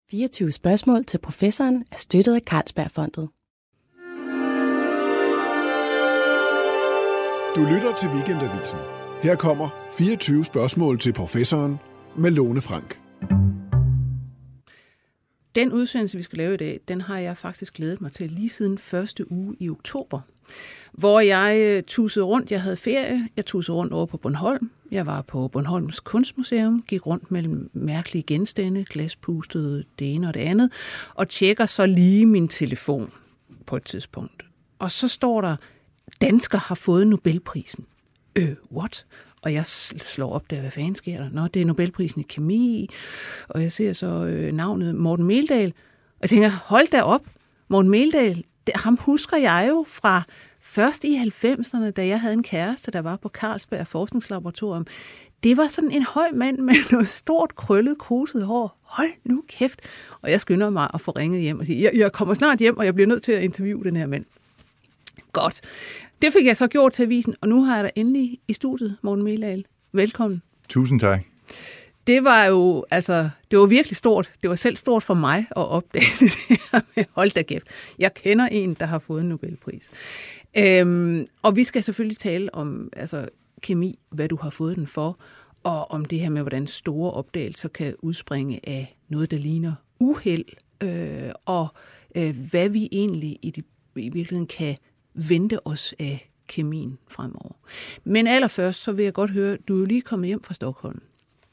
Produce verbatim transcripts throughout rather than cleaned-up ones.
fireogtyve spørgsmål til professoren er støttet af Carlsbergfondet. Du lytter til Weekendavisen. Her kommer fireogtyve spørgsmål til professoren med Lone Frank. Den udsendelse, vi skal lave i dag, den har jeg faktisk glædet mig til lige siden første uge i oktober, hvor jeg tussede rundt. Jeg havde ferie. Jeg tussede rundt over på Bornholm. Jeg var på Bornholms Kunstmuseum, gik rundt mellem mærkelige genstande, glaspustede det ene og det andet, og tjekker så lige min telefon på et tidspunkt. Og så står der, dansker har fået Nobelprisen. Øh, what? Og jeg slår op der, hvad fanden sker der? Nå, det er Nobelprisen i kemi, og jeg ser så øh, navnet Morten Meldal, og jeg tænker, hold da op, Morten Meldal, det, ham husker jeg jo fra først i halvfemserne, da jeg havde en kæreste, der var på Carlsberg Forskningslaboratorium. Det var sådan en høj mand med noget stort, krøllet, kruset hår. Hold nu kæft. Og jeg skynder mig at få ringet hjem og sige, jeg, jeg kommer snart hjem, og jeg bliver nødt til at interviewe den her mand. Godt. Det fik jeg så gjort til avisen, og nu har jeg dig endelig i studiet, Morten Meldal. Velkommen. Tusind tak. Det var jo, altså, det var virkelig stort. Det var selv stort for mig at opdage det her med, hold da kæft. Jeg kender en, der har fået en Nobelpris. Øhm, og vi skal selvfølgelig tale om altså, kemi, hvad du har fået den for, og om det her med, hvordan store opdagelser kan udspringe af noget, der ligner uheld, øh, og øh, hvad vi egentlig i, de, i virkeligheden kan vente os af kemien fremover. Men allerførst, så vil jeg godt høre, du er jo lige kommet hjem fra Stockholm,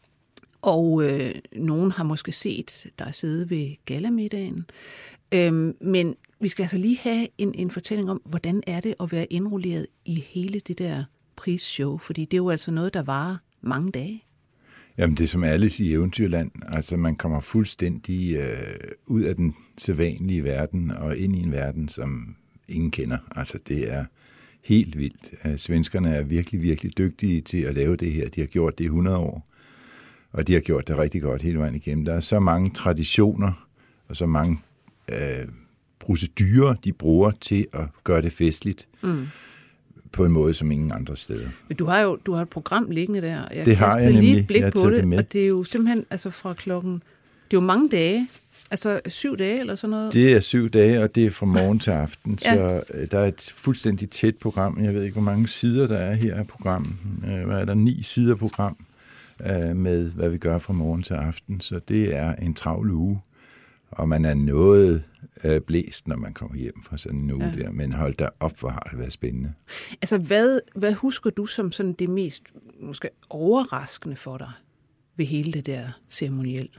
og øh, nogen har måske set dig sidde ved gallamiddagen, øhm, men vi skal altså lige have en, en fortælling om, hvordan er det at være indrulleret i hele det der prisshow, fordi det er jo altså noget, der varer mange dage. Jamen, det er som Alice i Eventyrland. Altså, man kommer fuldstændig øh, ud af den sædvanlige verden og ind i en verden, som ingen kender. Altså, det er helt vildt. Svenskerne er virkelig, virkelig dygtige til at lave det her. De har gjort det i hundrede år, og de har gjort det rigtig godt hele vejen igennem. Der er så mange traditioner og så mange øh, procedurer, de bruger til at gøre det festligt mm. på en måde, som ingen andre steder. Men du har jo du har et program liggende der. Jeg det har jeg lige nemlig. et blik jeg på det, det og det er jo simpelthen altså fra klokken, det er jo mange dage, altså syv dage eller sådan noget? Det er syv dage, og det er fra morgen til aften, ja. Så der er et fuldstændig tæt program. Jeg ved ikke, hvor mange sider der er her af programmet. Hvad er der? Ni sider program med, hvad vi gør fra morgen til aften. Så det er en travl uge, og man er noget blæst, når man kommer hjem fra sådan en uge ja. der. Men hold da op, hvor har det været spændende. Altså, hvad, hvad husker du som sådan det mest måske overraskende for dig ved hele det der ceremoniel?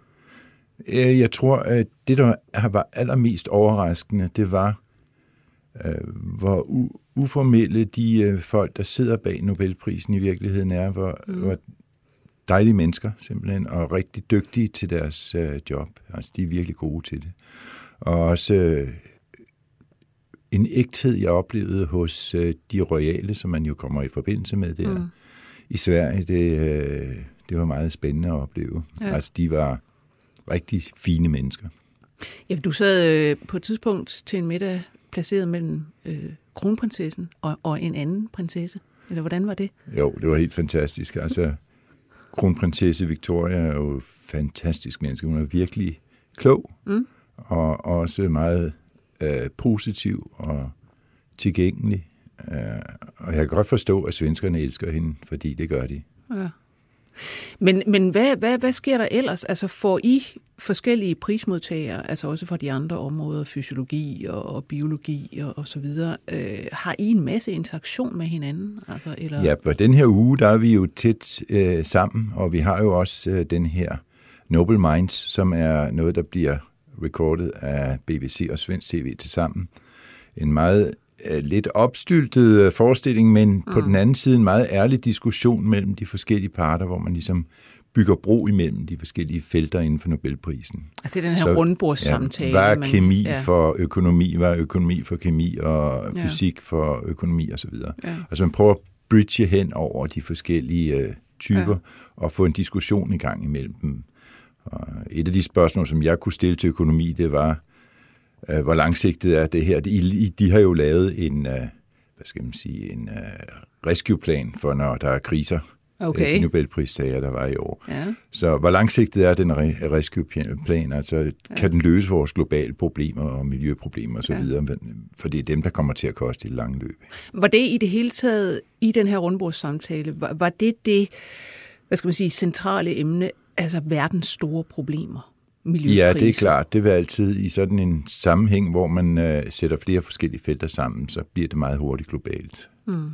Jeg tror, at det, der var allermest overraskende, det var, hvor u- uformelle de folk, der sidder bag Nobelprisen i virkeligheden er, hvor, mm. hvor dejlige mennesker simpelthen, og rigtig dygtige til deres job. Altså, de er virkelig gode til det. Og også en ægthed, jeg oplevede hos de royale, som man jo kommer i forbindelse med der mm. i Sverige, det, det var meget spændende at opleve. Ja. Altså, de var rigtig fine mennesker. Ja, du sad øh, på et tidspunkt til en middag placeret mellem øh, kronprinsessen og, og en anden prinsesse. Eller hvordan var det? Jo, det var helt fantastisk. Altså, kronprinsesse Victoria er jo fantastisk menneske. Hun er virkelig klog mm. og også meget øh, positiv og tilgængelig. Øh, og jeg kan godt forstå, at svenskerne elsker hende, fordi det gør de. Ja. Men, men hvad, hvad, hvad sker der ellers? Altså får I forskellige prismodtagere, altså også fra de andre områder, fysiologi og, og biologi og, og så videre, øh, har I en masse interaktion med hinanden? Altså, eller? Ja, på den her uge, der er vi jo tæt øh, sammen, og vi har jo også øh, den her Nobel Minds, som er noget, der bliver recordet af B B C og Svensk T V til sammen. En meget lidt opstyltet forestilling, men mm. på den anden side en meget ærlig diskussion mellem de forskellige parter, hvor man ligesom bygger bro imellem de forskellige felter inden for Nobelprisen. Altså det er den her så, rundbordssamtale. Ja, hvad er kemi man, ja. for økonomi, hvad er økonomi for kemi, og ja. fysik for økonomi osv. Ja. Altså man prøver at bridge hen over de forskellige uh, typer, ja. og få en diskussion i gang imellem dem. Og et af de spørgsmål, som jeg kunne stille til økonomi, det var, hvor langsigtet er det her. De, de har jo lavet en, hvad skal man sige, en rescue-plan for, når der er kriser okay. af de Nobelpristager, der var i år. Ja. Så hvor langsigtet er den rescue-plan? Altså, ja. Kan den løse vores globale problemer og miljøproblemer osv.? Ja. For det er dem, der kommer til at koste i det lange løb. Var det i det hele taget, i den her rundbordssamtale, var, var det det, hvad skal man sige, centrale emne, altså verdens store problemer? Ja, det er klart. Det vil altid i sådan en sammenhæng, hvor man øh, sætter flere forskellige felter sammen, så bliver det meget hurtigt globalt. Mm.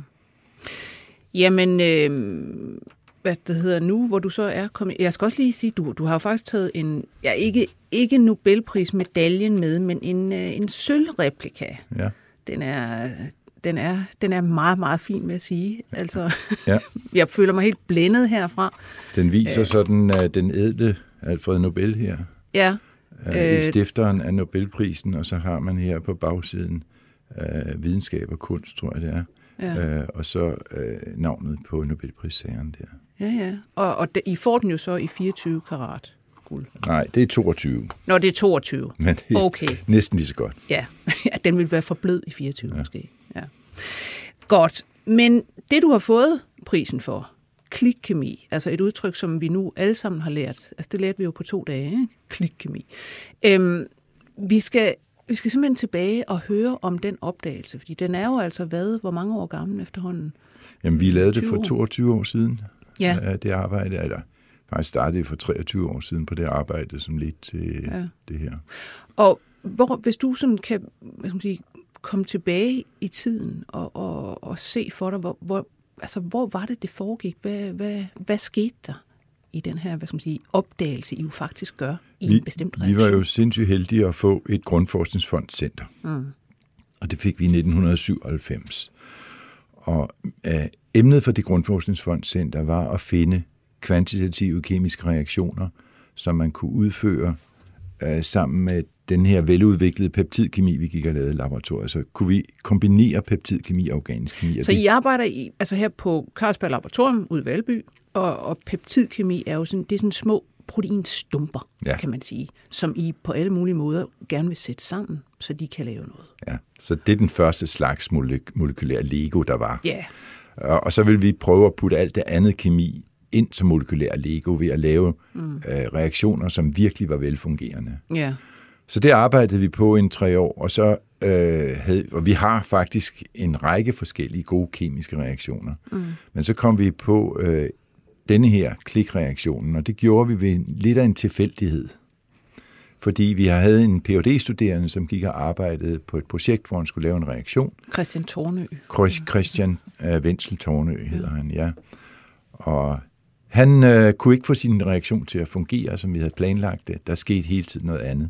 Jamen, øh, hvad det hedder nu, hvor du så er kommet... Jeg skal også lige sige, du, du har jo faktisk taget en... Ja, ikke, ikke Nobelprismedaljen med, men en, øh, en sølvreplika. Ja. Den er... Den er, den er meget, meget fin, vil jeg sige. Altså, ja. Jeg føler mig helt blændet herfra. Den viser Æh, sådan uh, den ædle Alfred Nobel her. Ja. Uh, I stifteren af Nobelprisen, og så har man her på bagsiden uh, videnskab og kunst, tror jeg det er. Ja. Uh, og så uh, navnet på Nobelprissageren der. Ja, ja. Og, og de, I får den jo så i fireogtyve karat guld. Nej, det er toogtyve. Nå, det er toogtyve. Men det er okay. Næsten lige så godt. Ja, den vil være for blød i fireogtyve ja. Måske. Ja. Godt, men det du har fået prisen for, klikkemi, altså et udtryk, som vi nu alle sammen har lært, altså det lærte vi jo på to dage, ikke? Klikkemi. Øhm, vi, skal, vi skal simpelthen tilbage og høre om den opdagelse, fordi den er jo altså hvad, hvor mange år gammel efterhånden? Jamen, vi lavede det for toogtyve år siden, ja. Det arbejde, eller faktisk startede for treogtyve år siden på det arbejde, som ledte til ja. Det her. Og hvor, hvis du sådan kan, hvad skal man sige, komme tilbage i tiden og, og, og se for dig, hvor, hvor, altså, hvor var det, det foregik? Hvad, hvad, hvad skete der i den her, hvad skal man sige, opdagelse, I jo faktisk gør i vi, en bestemt reaktion? Vi var jo sindssygt heldige at få et Grundforskningsfondscenter, mm. og det fik vi i nitten syvoghalvfems. Og øh, emnet for det Grundforskningsfondscenter var at finde kvantitative kemiske reaktioner, som man kunne udføre øh, sammen med den her veludviklede peptidkemi, vi gik og lavede i laboratoriet. Så kunne vi kombinere peptidkemi og organisk kemi. Så I arbejder i, altså her på Carlsberg Laboratorium ude i Valby, og, og peptidkemi er jo sådan, det er sådan små proteinstumper, ja. Kan man sige, som I på alle mulige måder gerne vil sætte sammen, så de kan lave noget. Ja, så det er den første slags molekylær Lego, der var. Ja. Og, og så vil vi prøve at putte alt det andet kemi ind som molekylær Lego ved at lave mm. øh, reaktioner, som virkelig var velfungerende. Ja. Så det arbejdede vi på i tre år, og så øh, havde, og vi har faktisk en række forskellige gode kemiske reaktioner. Mm. Men så kom vi på øh, denne her klikreaktionen, og det gjorde vi ved lidt af en tilfældighed. Fordi vi havde en P H D-studerende, som gik og arbejdede på et projekt, hvor han skulle lave en reaktion. Christian Tornø. Christian øh, Wenzel Tornø hedder ja. Han, ja. Og han øh, kunne ikke få sin reaktion til at fungere, som vi havde planlagt det. Der skete hele tiden noget andet.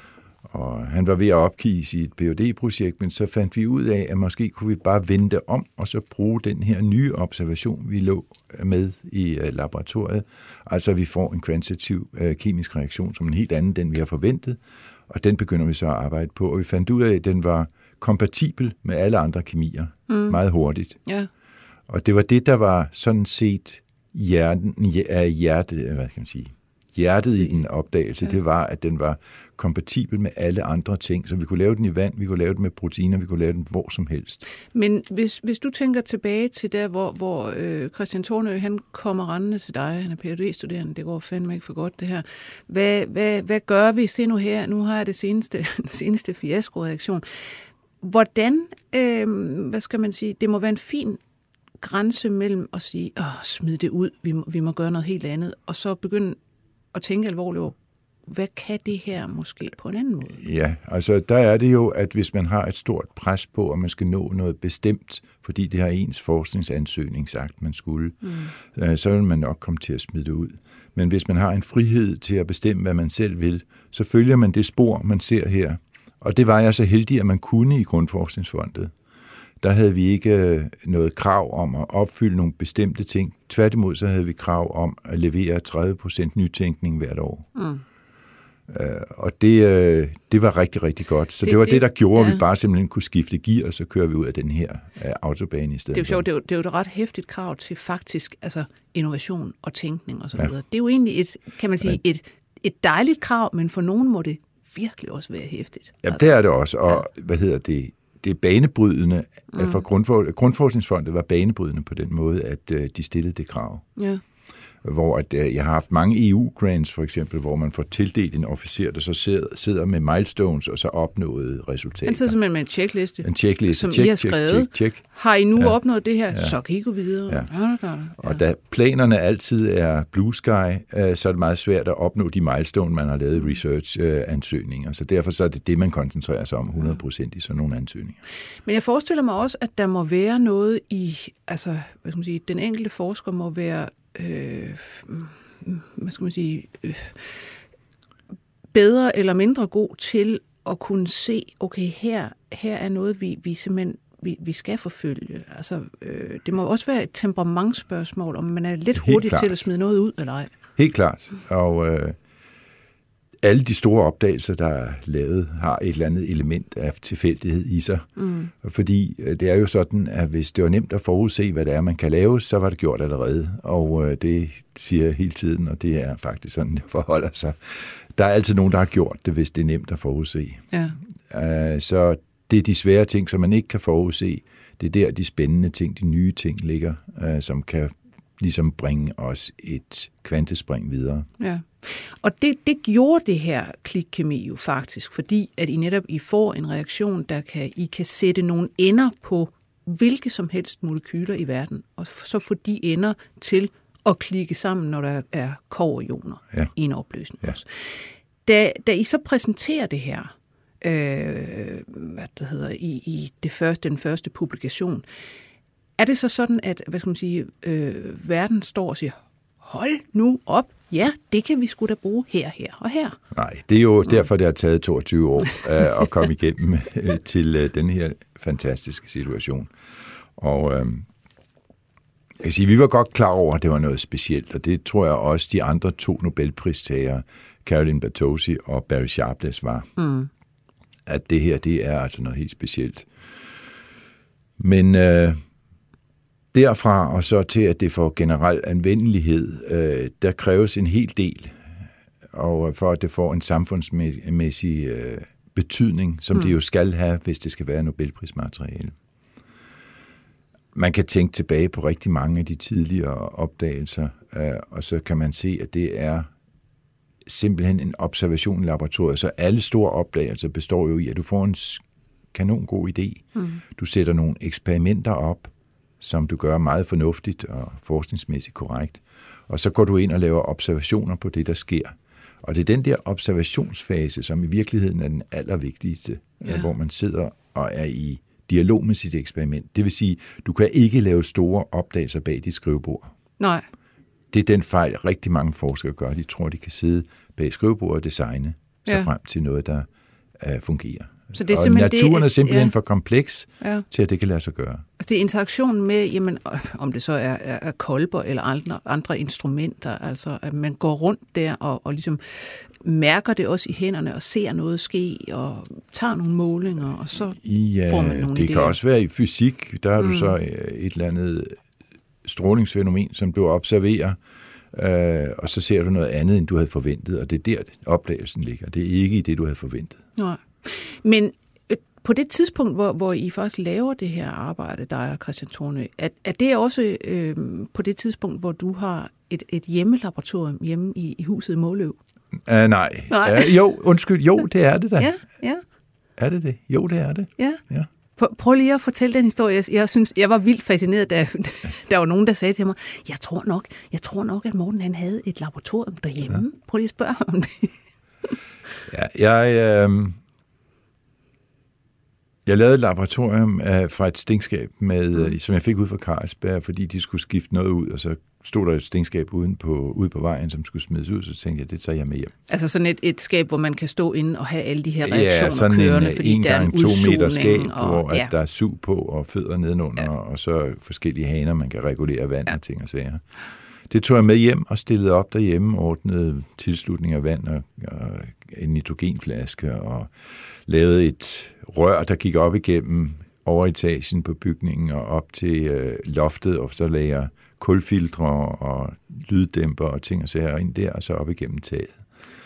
Og han var ved at opgive sit P H D-projekt, men så fandt vi ud af, at måske kunne vi bare vende om, og så bruge den her nye observation, vi lå med i uh, laboratoriet. Altså, vi får en kvantitativ uh, kemisk reaktion, som en helt anden, den vi har forventet, og den begynder vi så at arbejde på. Og vi fandt ud af, at den var kompatibel med alle andre kemier, mm. meget hurtigt. Ja. Og det var det, der var sådan set hjerten, hjerte, hvad kan man sige, hjertet i den opdagelse, ja. Det var, at den var kompatibel med alle andre ting. Så vi kunne lave den i vand, vi kunne lave den med proteiner, vi kunne lave den hvor som helst. Men hvis, hvis du tænker tilbage til der, hvor, hvor øh, Christian Tornø, han kommer rendende til dig, han er P H D-studerende, det går fandme ikke for godt det her. Hvad, hvad, hvad gør vi? Se nu her, nu har jeg det seneste, den seneste fiasko-reaktion. Hvordan, øh, hvad skal man sige, det må være en fin grænse mellem at sige, åh, smid det ud, vi må, vi må gøre noget helt andet, og så begynde at tænke alvorligt over, hvad kan det her måske på en anden måde? Ja, altså der er det jo, at hvis man har et stort pres på, at man skal nå noget bestemt, fordi det har ens forskningsansøgning sagt, man skulle, mm. så vil man nok komme til at smide det ud. Men hvis man har en frihed til at bestemme, hvad man selv vil, så følger man det spor, man ser her. Og det var jeg så heldig, at man kunne i Grundforskningsfondet. Der havde vi ikke noget krav om at opfylde nogle bestemte ting. Tværtimod så havde vi krav om at levere tredive procent nytænkning hvert år. Mm. Uh, og det, uh, det var rigtig, rigtig godt. Så det, det var det, det der gjorde, ja. At vi bare simpelthen kunne skifte gear, og så kører vi ud af den her uh, autobane i stedet. Det er jo sjovt, det er jo, det er jo et ret hæftigt krav til faktisk altså innovation og tænkning og så videre. Ja. Det er jo egentlig et, kan man sige, ja. et, et dejligt krav, men for nogen må det virkelig også være hæftigt. Ja, altså. Det er det også. Og ja. Hvad hedder det? det er banebrydende, mm. for grundfor, Grundforskningsfondet var banebrydende på den måde, at øh, de stillede det krav. Ja. Hvor at, øh, jeg har haft mange E U-grants for eksempel, hvor man får tildelt en officer, der så sidder, sidder med milestones og så opnået resultater. Han sidder simpelthen med en checkliste, en checkliste. som check, I har check, skrevet. Check, check. Har I nu ja. opnået det her, ja. så kan I gå videre. Ja. Ja, ja. Og da planerne altid er blue sky, øh, så er det meget svært at opnå de milestone, man har lavet i research-ansøgninger. Så derfor så er det det, man koncentrerer sig om hundrede procent i sådan nogle ansøgninger. Men jeg forestiller mig også, at der må være noget i, altså, hvad skal man sige, den enkelte forsker må være, øh, hvad skal man sige, øh, bedre eller mindre god til at kunne se, okay, her, her er noget, vi, vi simpelthen vi, vi skal forfølge. Altså, øh, det må også være et temperamentsspørgsmål, om man er lidt hurtig til at smide noget ud, eller ej. Helt klart. Og øh, alle de store opdagelser, der er lavet, har et eller andet element af tilfældighed i sig. Mm. Fordi øh, det er jo sådan, at hvis det var nemt at forudse, hvad det er, man kan lave, så var det gjort allerede. Og øh, det siger jeg hele tiden, og det er faktisk sådan, det forholder sig. Der er altid nogen, der har gjort det, hvis det er nemt at forudse. Ja. Uh, så det er de svære ting, som man ikke kan forudse. Det er der, de spændende ting, de nye ting ligger, uh, som kan ligesom bringe os et kvantespring videre. Ja, og det, det gjorde det her klikkemi jo faktisk, fordi at I netop I får en reaktion, der kan, I kan sætte nogle ender på hvilke som helst molekyler i verden, og så få de ender til at klikke sammen, når der er kobberioner ja. i en opløsning ja. også. Da, da I så præsenterer det her, øh, hvad det hedder, i, i det første, den første publikation, er det så sådan, at hvad skal man sige, øh, verden står og siger, hold nu op, ja, det kan vi sgu da bruge her, her og her. Nej, det er jo derfor, det har taget toogtyve år øh, at komme igennem øh, til øh, den her fantastiske situation. Og øh, jeg kan sige, vi var godt klar over, at det var noget specielt, og det tror jeg også de andre to Nobelpristagere, Caroline Bertozzi og Barry Sharpless, var. Mm. At det her, det er altså noget helt specielt. Men øh, derfra og så til, at det får generel anvendelighed, øh, der kræves en hel del, og for at det får en samfundsmæssig øh, betydning, som mm. det jo skal have, hvis det skal være Nobelprismateriale. Man kan tænke tilbage på rigtig mange af de tidligere opdagelser, øh, og så kan man se, at det er simpelthen en observation i laboratoriet. Så alle store opdagelser består jo i, at du får en kanon god idé. Mm. Du sætter nogle eksperimenter op, som du gør meget fornuftigt og forskningsmæssigt korrekt. Og så går du ind og laver observationer på det, der sker. Og det er den der observationsfase, som i virkeligheden er den allervigtigste, ja. hvor man sidder og er i dialog med sit eksperiment. Det vil sige, du kan ikke lave store opdagelser bag dit skrivebord. Nej. Det er den fejl, rigtig mange forskere gør. De tror, de kan sidde bag skrivebordet og designe sig ja. frem til noget, der uh, fungerer. Så det er og naturen det, er simpelthen ja. for kompleks ja. til, at det kan lade sig gøre. Altså det er interaktion med, jamen, om det så er, er, er kolber eller andre, andre instrumenter, altså at man går rundt der og, og ligesom mærker det også i hænderne og ser noget ske og tager nogle målinger, og så ja, får man nogle det idéer. Kan også være i fysik, der har mm. du så et eller andet strålingsfænomen, som du observerer, øh, og så ser du noget andet, end du havde forventet, og det er der, opdagelsen ligger. Det er ikke i det, du havde forventet. Nej. Men øh, på det tidspunkt, hvor, hvor I faktisk laver det her arbejde, der er Christian Thornø, er, er det også øh, på det tidspunkt, hvor du har et, et hjemmelaboratorium hjemme i, i huset i Måløv? Uh, nej. nej. Uh, jo, undskyld. Jo, det er det da. Ja, ja. Er det det? Jo, det er det. Ja. ja. Prøv lige at fortælle den historie. Jeg synes, jeg var vildt fascineret, da der var nogen, der sagde til mig, jeg tror nok, jeg tror nok, at Morten han havde et laboratorium derhjemme. Ja. Prøv lige at spørge om det. ja, jeg, øh, jeg lavede et laboratorium øh, fra et stingskab, med, mm. øh, som jeg fik ud fra Carlsberg, fordi de skulle skifte noget ud, og så stod der et stingskab uden på, ude på vejen, som skulle smides ud, så tænkte jeg, det tager jeg med hjem. Altså sådan et, et skab, hvor man kan stå inde og have alle de her reaktioner ja, kørende, en, fordi en der er en to meter skab, og, hvor ja. at der er sug på og fødder nedenunder, ja. og så forskellige haner, man kan regulere vand ja. og ting og sager. Det tog jeg med hjem og stillede op derhjemme, ordnede tilslutning af vand og, og en nitrogenflaske og lavede et rør, der gik op igennem overetagen på bygningen og op til øh, loftet, og så lagde jeg kulfiltre og lyddæmper og ting og sager ind der, og så op igennem taget.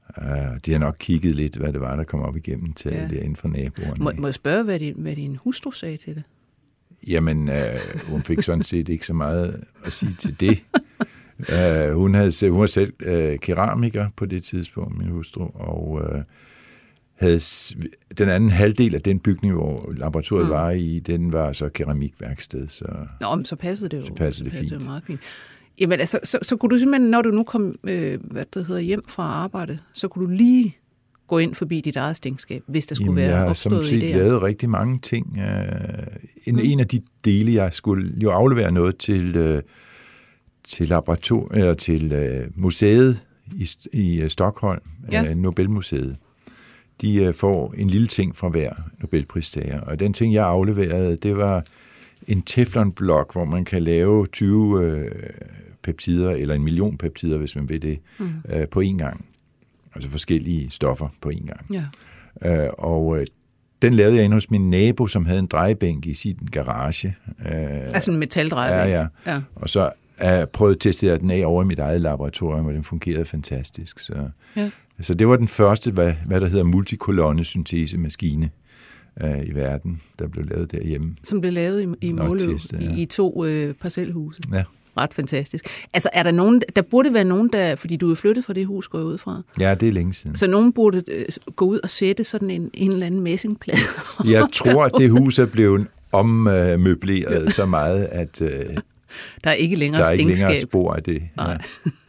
Uh, de har nok kigget lidt, hvad det var, der kom op igennem til ja. derinde fra naboerne. Må, må jeg spørge, hvad din, hvad din hustru sagde til det? Jamen, uh, hun fik sådan set ikke så meget at sige til det. Uh, hun, havde, hun var selv uh, keramiker på det tidspunkt, min hustru, og uh, havde den anden halvdel af den bygning, hvor laboratoriet mm. var i, den var så keramikværksted. Så, Nå, men så passede det jo. Så passede det fint. Det meget fint. Jamen altså, så, så kunne du simpelthen, når du nu kom øh, hvad det hedder, hjem fra arbejde, så kunne du lige gå ind forbi dit eget stinkskab, hvis der skulle Jamen, være jeg opstået idéer. Jeg har lavet rigtig mange ting. Uh, en, mm. en af de dele, jeg skulle jo aflevere noget til, uh, til laboratoriet, eller til uh, museet i, i uh, Stockholm, ja. uh, Nobelmuseet. De uh, får en lille ting fra hver Nobelpristager. Og den ting, jeg afleverede, det var en teflonblok, hvor man kan lave tyve øh, peptider, eller en million peptider, hvis man vil det, mm. øh, på én gang. Altså forskellige stoffer på én gang. Ja. Øh, og øh, den lavede jeg inde hos min nabo, som havde en drejebænk i sin garage. Øh, altså en metaldrejebænk? Ja, ja. ja. Og så øh, prøvede jeg at testere den af over i mit eget laboratorium, og den fungerede fantastisk. Så, ja. så det var den første, hvad, hvad der hedder multikolonne-syntese-maskine i verden, der blev lavet derhjemme. Som blev lavet i, i Måløv, ja. i, i to øh, parcelhuse. Ja. Ret fantastisk. Altså, er der nogen, der burde være nogen, der, fordi du er flyttet fra det hus, går jeg ud fra. Ja, det er længe siden. Så nogen burde øh, gå ud og sætte sådan en, en eller anden messingplade. Jeg tror, at det hus er blevet ommøbleret ja. så meget, at øh, der er ikke længere der er ikke stinkskab. længere spor af det. Ja.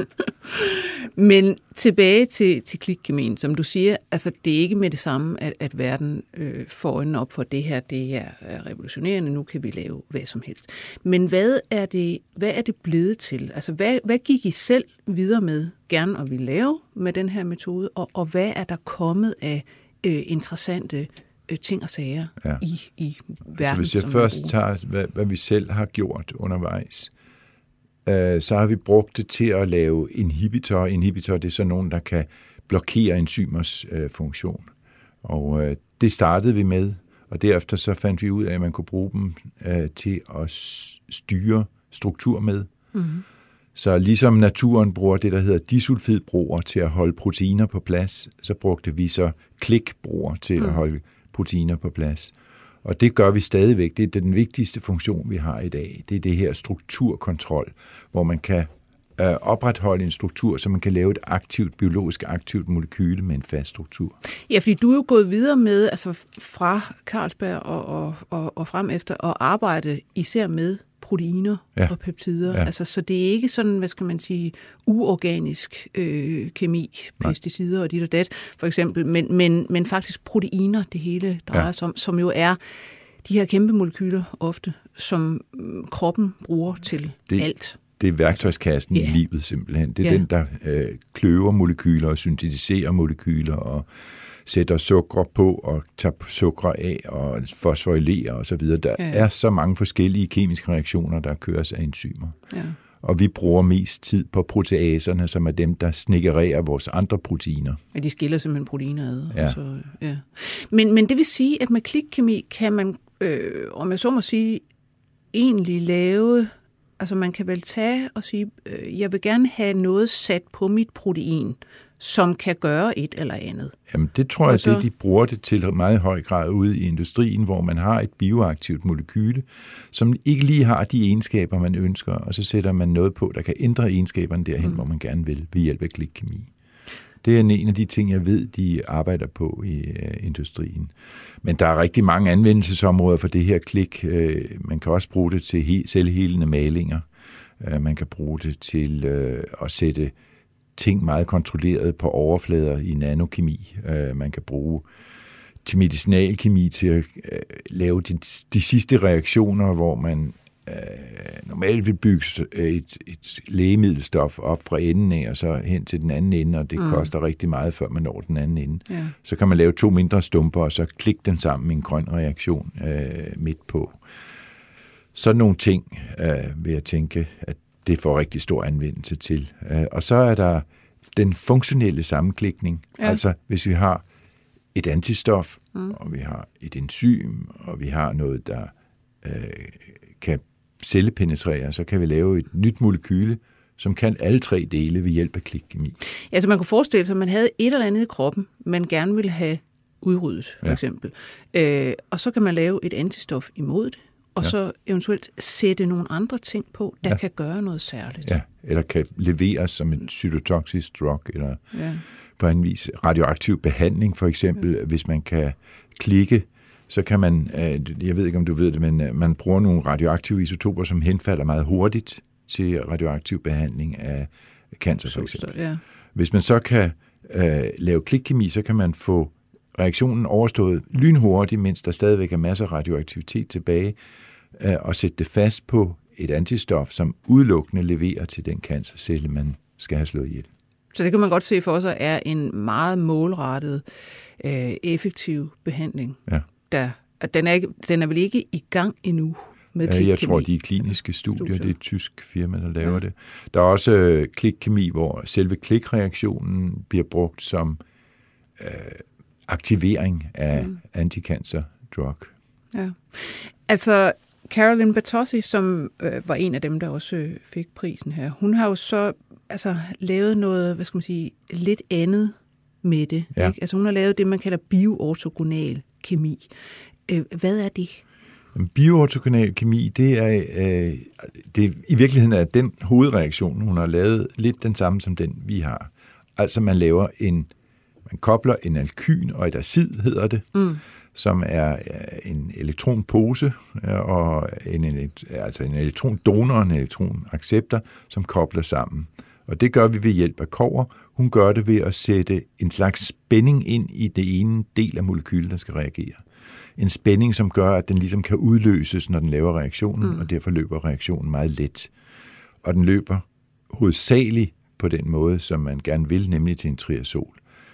Men tilbage til, til klikkemien, som du siger, altså det er ikke med det samme, at, at verden øh, får øjnene op for det her, det her er revolutionerende, nu kan vi lave hvad som helst. Men hvad er det, hvad er det blevet til? Altså hvad, hvad gik I selv videre med gerne at ville lave med den her metode, og, og hvad er der kommet af øh, interessante øh, ting og sager ja. i, i verden? Så hvis jeg først tager, hvad, hvad vi selv har gjort undervejs, så har vi brugt det til at lave inhibitor. Inhibitor, det er så nogen, der kan blokere enzymers øh, funktion. Og øh, det startede vi med, og derefter så fandt vi ud af, at man kunne bruge dem øh, til at styre struktur med. Mm-hmm. Så ligesom naturen bruger det, der hedder disulfidbroer til at holde proteiner på plads, så brugte vi så klikbroer til mm. at holde proteiner på plads. Og det gør vi stadigvæk. Det er den vigtigste funktion, vi har i dag. Det er det her strukturkontrol, hvor man kan øh, opretholde en struktur, så man kan lave et aktivt, biologisk aktivt molekyle med en fast struktur. Ja, fordi du er jo gået videre med, altså fra Carlsberg og, og, og, og frem efter, at arbejde især med proteiner ja. og peptider. Ja. Altså, så det er ikke sådan, hvad skal man sige, uorganisk øh, kemi, Nej. pesticider og dit og dat, for eksempel, men, men, men faktisk proteiner, det hele drejer ja. sig om, som jo er de her kæmpe molekyler ofte, som kroppen bruger til det, alt. Det er værktøjskassen ja. i livet simpelthen. Det er ja. den, der øh, kløver molekyler og syntetiserer molekyler og sætter sukker på og tager sukker af og fosforylerer og så videre. Der ja. er så mange forskellige kemiske reaktioner, der køres af enzymer. Ja. Og vi bruger mest tid på proteaserne, som er dem, der snikkererer vores andre proteiner. Ja, de skiller simpelthen proteiner ad. Ja. Så, ja. Men, men det vil sige, at med klikkemi kan man, øh, om jeg så må sige, egentlig lave, altså man kan vel tage og sige, øh, jeg vil gerne have noget sat på mit protein, som kan gøre et eller andet. Jamen det tror jeg, så... det de bruger det til meget høj grad ude i industrien, hvor man har et bioaktivt molekyle, som ikke lige har de egenskaber, man ønsker, og så sætter man noget på, der kan ændre egenskaberne derhen, mm. hvor man gerne vil, ved hjælp af klikkemi. Det er en af de ting, jeg ved, de arbejder på i uh, industrien. Men der er rigtig mange anvendelsesområder for det her klik. Uh, man kan også bruge det til he- selvhelende malinger. Uh, man kan bruge det til uh, at sætte ting meget kontrolleret på overflader i nanokemi. Uh, man kan bruge til medicinalkemi til at uh, lave de, de sidste reaktioner, hvor man uh, normalt vil bygge et, et lægemiddelstof op fra enden af, og så hen til den anden ende, og det mm. koster rigtig meget, før man når den anden ende. Ja. Så kan man lave to mindre stumper, og så klikke den sammen i en grøn reaktion uh, midt på. Sådan nogle ting uh, vil jeg tænke, at det får rigtig stor anvendelse til. Uh, og så er der den funktionelle sammenklikning. Ja. Altså, hvis vi har et antistof, mm. og vi har et enzym, og vi har noget, der øh, kan cellepenetrere, så kan vi lave et nyt molekyle, som kan alle tre dele ved hjælp af klikkemi. Ja, så man kunne forestille sig, at man havde et eller andet i kroppen, man gerne ville have udryddet, for ja. eksempel. Øh, og så kan man lave et antistof imod det, og ja. så eventuelt sætte nogle andre ting på, der ja. kan gøre noget særligt. Ja, eller kan leveres som en cytotoxisk drug, eller ja. på en vis radioaktiv behandling, for eksempel, ja. hvis man kan klikke, så kan man, jeg ved ikke om du ved det, men man bruger nogle radioaktive isotoper, som henfalder meget hurtigt til radioaktiv behandling af cancer, for eksempel. Ja. Hvis man så kan øh, lave klikkemi, så kan man få reaktionen overstået lynhurtigt, mens der stadigvæk er masser af radioaktivitet tilbage, øh, og sætte det fast på et antistof, som udelukkende leverer til den cancercelle, man skal have slået ihjel. Så det kan man godt se for sig er en meget målrettet, øh, effektiv behandling. Ja. Der, den, er ikke, den er vel ikke i gang endnu med klikkemi? Jeg tror, de er kliniske studier. studier. Det er et tysk firma, der laver ja. det. Der er også øh, klikkemi, hvor selve klikreaktionen bliver brugt som øh, aktivering af mm. anticancer-drug. Ja. Altså, Carolyn Bertozzi, som øh, var en af dem, der også øh, fik prisen her, hun har jo så altså, lavet noget, hvad skal man sige, lidt andet med det. Ja. Ikke? Altså, hun har lavet det, man kalder bioortogonal kemi. Øh, hvad er det? Bioortogonal kemi, det er, øh, det i virkeligheden er den hovedreaktion, hun har lavet lidt den samme som den, vi har. Altså, man laver en, man kobler en alkyn og et acid, hedder det, mm. som er en elektronpose og en, altså en elektrodonor og en elektronacceptor, som kobler sammen. Og det gør vi ved hjælp af kobber. Hun gør det ved at sætte en slags spænding ind i det ene del af molekylet, der skal reagere. En spænding, som gør, at den ligesom kan udløses, når den laver reaktionen, mm. og derfor løber reaktionen meget let. Og den løber hovedsageligt på den måde, som man gerne vil, nemlig til en triazol.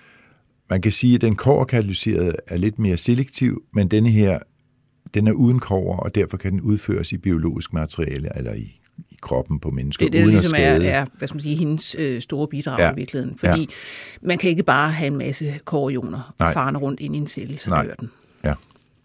Man kan sige, at den kobberkatalyserede er lidt mere selektiv, men denne her, den er uden kobber, og derfor kan den udføres i biologisk materiale eller i, i kroppen på mennesker, det, det, uden ligesom at skade. Det er, er hvad skal man sige, hendes øh, store bidrag ja. i virkeligheden. Fordi ja. man kan ikke bare have en masse kobberioner farende rundt ind i en celle, så Nej. dør den. Ja.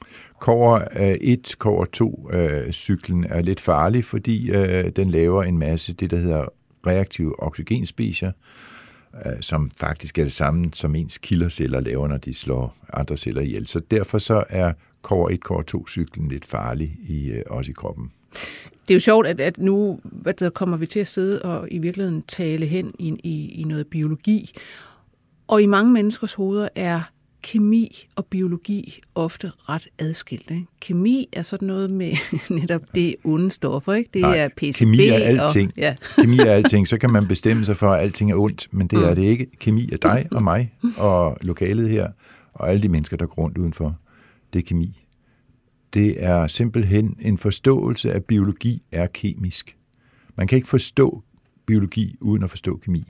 Kobber et, kobber to øh, cyklen er lidt farlig, fordi øh, den laver en masse det, der hedder reaktive oxygenspecier, øh, som faktisk er det samme, som ens kilderceller laver, når de slår andre celler ihjel. Så derfor så er kobber et, kobber to cyklen lidt farlig, i, øh, også i kroppen. Det er jo sjovt, at, at nu at der kommer vi til at sidde og i virkeligheden tale hen i, i, i noget biologi. Og i mange menneskers hoveder er kemi og biologi ofte ret adskilt. Ikke? Kemi er sådan noget med netop det onde stoffer, ikke? Det Nej, er P C B. Kemi er alting. Og, ja. Kemi er alting. Så kan man bestemme sig for, at alting er ondt, men det mm. er det ikke. Kemi er dig og mig og lokalet her, og alle de mennesker, der går rundt udenfor. Det er kemi. Det er simpelthen en forståelse af, at biologi er kemisk. Man kan ikke forstå biologi uden at forstå kemi.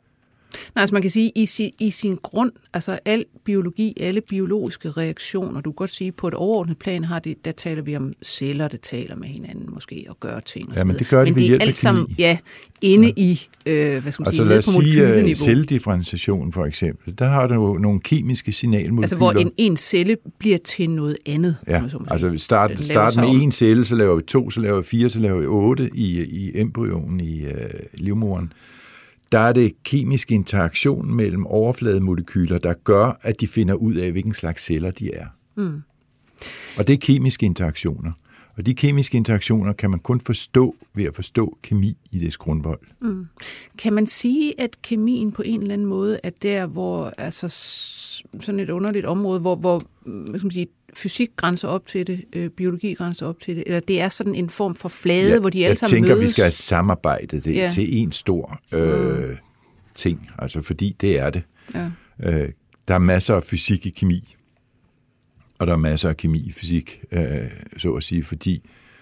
Nej, altså man kan sige, i sin, i sin grund, altså al biologi, alle biologiske reaktioner, du kan godt sige, på et overordnet plan, har det, der taler vi om celler, der taler med hinanden måske, og gør ting. Og ja, men det gør det ved hjælp af kemi. Sammen, ja, inde ja. i, øh, hvad skal man altså, sige, ned på molekyleniveau. Altså celledifferentiation for eksempel, der har du jo nogle kemiske signalmolekyler. Altså hvor en, en celle bliver til noget andet. Ja, altså vi starter start med en celle, så laver vi to, så laver vi fire, så laver vi otte i, i embryonen, i øh, livmoderen. Der er det kemisk interaktion mellem overflademolekyler, der gør, at de finder ud af, hvilken slags celler de er. Mm. Og det er kemiske interaktioner. Og de kemiske interaktioner kan man kun forstå ved at forstå kemi i dets grundvold. Mm. Kan man sige, at kemien på en eller anden måde er der, hvor altså sådan et underligt område, hvor, hvor hvad skal man sige, fysik grænser op til det, øh, biologi grænser op til det, eller det er sådan en form for flade, ja, hvor de alle sammen tænker, mødes? Jeg tænker, vi skal have samarbejdet det ja. til en stor øh, mm. ting, altså fordi det er det. Ja. Øh, der er masser af fysik i kemi, og der er masser af kemi i fysik, øh, så at sige, fordi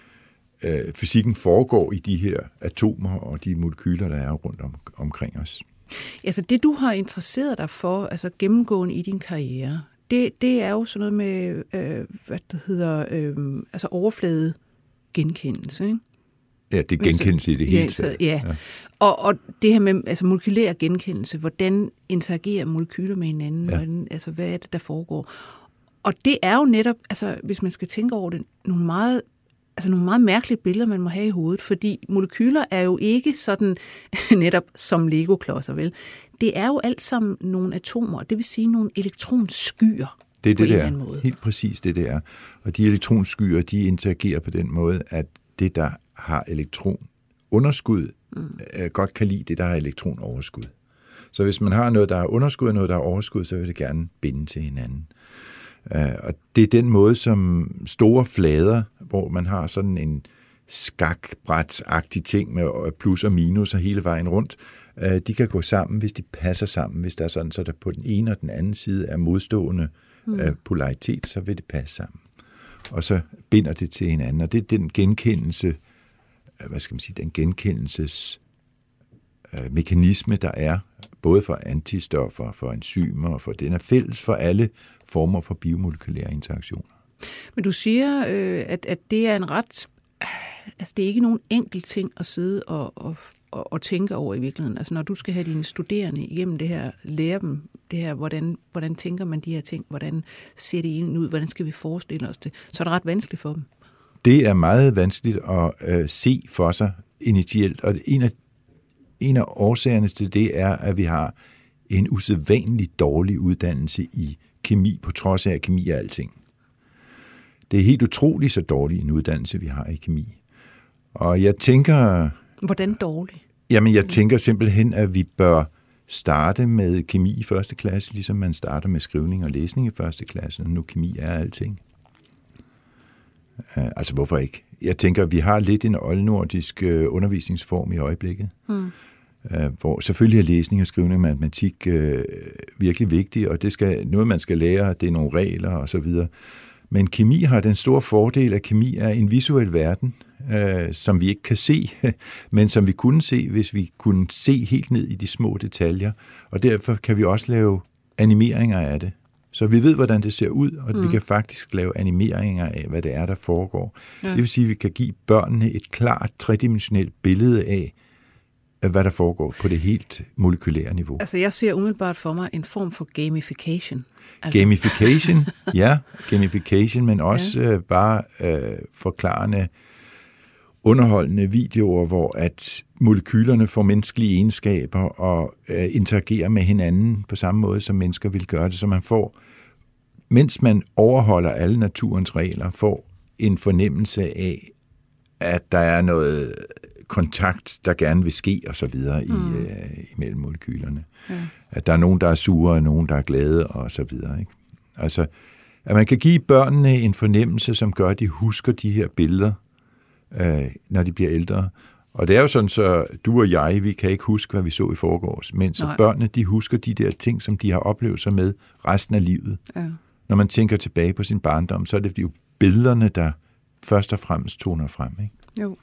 øh, fysikken foregår i de her atomer og de molekyler, der er rundt om, omkring os. Altså det, du har interesseret dig for, altså gennemgående i din karriere, det, det er jo sådan noget med, øh, hvad det hedder, øh, altså overflade genkendelse, ikke? Ja, det er genkendelse i det hele taget. Ja, ja. Og, og det her med altså molekylær genkendelse, hvordan interagerer molekyler med hinanden, ja. hvordan, altså hvad er det, der foregår? Og det er jo netop, altså hvis man skal tænke over det, nogle meget altså nogle meget mærkelige billeder, man må have i hovedet, fordi molekyler er jo ikke sådan netop som Lego-klodser, vel? Det er jo alt sammen nogle atomer, det vil sige nogle elektronskyer. Det er det, det er. Helt præcis det, det er. Og de elektronskyer, de interagerer på den måde, at det, der har elektronunderskud, mm. godt kan lide det, der har elektronoverskud. Så hvis man har noget, der har underskud og noget, der har overskud, så vil det gerne binde til hinanden. Og det er den måde, som store flader, hvor man har sådan en skakbrætsagtig ting med plus og minus og hele vejen rundt, de kan gå sammen, hvis de passer sammen. Hvis der er sådan, så der på den ene og den anden side er modstående mm. polaritet, så vil det passe sammen. Og så binder det til hinanden. Og det er den genkendelse, hvad skal man sige, den genkendelses mekanisme, der er, både for antistoffer, for enzymer, og for den er fælles for alle former for biomolekylære interaktioner. Men du siger, øh, at, at det er en ret, altså det er ikke nogen enkel ting at sidde og, og, og, og tænke over i virkeligheden. Altså når du skal have dine studerende igennem det her, lære dem det her, hvordan, hvordan tænker man de her ting, hvordan ser det egentlig ud, hvordan skal vi forestille os det, så er det ret vanskeligt for dem. Det er meget vanskeligt at øh, se for sig initielt, og en af En af årsagerne til det er, at vi har en usædvanlig dårlig uddannelse i kemi, på trods af, at kemi er alting. Det er helt utroligt så dårlig en uddannelse, vi har i kemi. Og jeg tænker... Hvordan dårlig? Jamen, jeg tænker simpelthen, at vi bør starte med kemi i første klasse, ligesom man starter med skrivning og læsning i første klasse, nu kemi er alting. Altså, hvorfor ikke? Jeg tænker, at vi har lidt en oldnordisk undervisningsform i øjeblikket, hmm. hvor selvfølgelig er læsning og skrivning og matematik øh, virkelig vigtigt, og det skal noget, man skal lære, det er nogle regler og så videre. Men kemi har den store fordel, at kemi er en visuel verden, øh, som vi ikke kan se, men som vi kunne se, hvis vi kunne se helt ned i de små detaljer, og derfor kan vi også lave animeringer af det. Så vi ved, hvordan det ser ud, og mm. vi kan faktisk lave animeringer af, hvad det er, der foregår. Ja. Det vil sige, at vi kan give børnene et klart, tredimensionelt billede af, hvad der foregår på det helt molekylære niveau. Altså, jeg ser umiddelbart for mig en form for gamification. Altså. Gamification, ja. Gamification, men også ja. øh, bare øh, forklarende, underholdende videoer, hvor at molekylerne får menneskelige egenskaber og øh, interagerer med hinanden på samme måde, som mennesker vil gøre det. Så man får, mens man overholder alle naturens regler, får en fornemmelse af, at der er noget kontakt, der gerne vil ske, og så videre mm. i, øh, imellem molekylerne. Ja. At der er nogen, der er sure, og nogen, der er glade, og så videre. Ikke? Altså, at man kan give børnene en fornemmelse, som gør, at de husker de her billeder, øh, når de bliver ældre. Og det er jo sådan, så du og jeg, vi kan ikke huske, hvad vi så i forgårs, men så børnene, de husker de der ting, som de har oplevet sig med resten af livet. Ja. Når man tænker tilbage på sin barndom, så er det jo billederne, der først og fremmest toner frem. Ikke? Jo.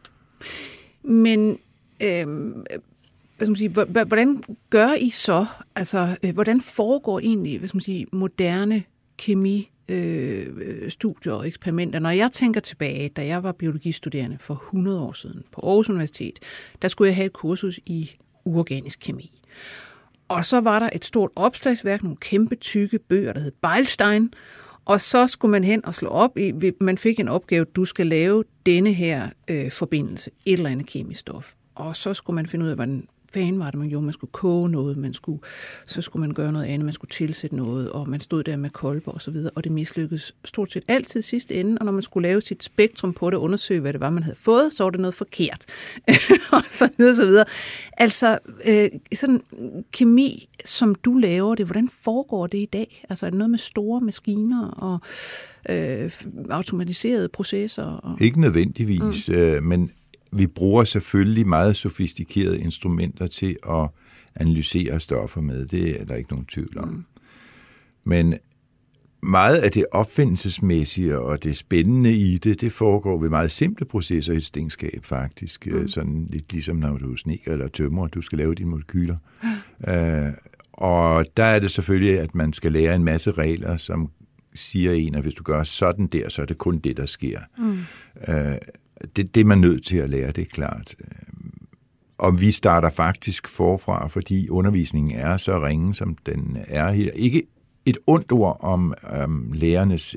Men øh, hvad skal man sige, hvordan gør I så, altså hvordan foregår egentlig, hvad skal man sige, moderne kemi øh, studier og eksperimenter? Når jeg tænker tilbage, da jeg var biologistuderende for hundrede år siden på Aarhus Universitet, der skulle jeg have et kursus i uorganisk kemi. Og så var der et stort opslagsværk, nogle kæmpe tykke bøger, der hed Beilstein, og så skulle man hen og slå op i, man fik en opgave, du skal lave denne her øh, forbindelse, et eller andet kemisk stof. Og så skulle man finde ud af, hvordan fanden var det, man gjorde. Man skulle koge noget, man skulle, så skulle man gøre noget andet, man skulle tilsætte noget, og man stod der med kolber og så videre, og det mislykkedes stort set altid sidste ende, og når man skulle lave sit spektrum på det, undersøge, hvad det var, man havde fået, så var det noget forkert. og så videre, så videre. Altså, øh, sådan kemi, som du laver det, hvordan foregår det i dag? Altså, er det noget med store maskiner og øh, automatiserede processer? Og... Ikke nødvendigvis, mm. øh, men vi bruger selvfølgelig meget sofistikerede instrumenter til at analysere stoffer med. Det er der ikke nogen tvivl om. Mm. Men meget af det opfindelsesmæssige og det spændende i det, det foregår ved meget simple processer i et stingskab faktisk. Mm. Sådan lidt ligesom når du sneker eller tømrer, du skal lave dine molekyler. Mm. Uh, og der er det selvfølgelig, at man skal lære en masse regler, som siger en, at hvis du gør sådan der, så er det kun det, der sker. Mm. Uh, Det, det er man nødt til at lære, det er klart. Og vi starter faktisk forfra, fordi undervisningen er så ringe, som den er her. Ikke et ondt ord om um, lærernes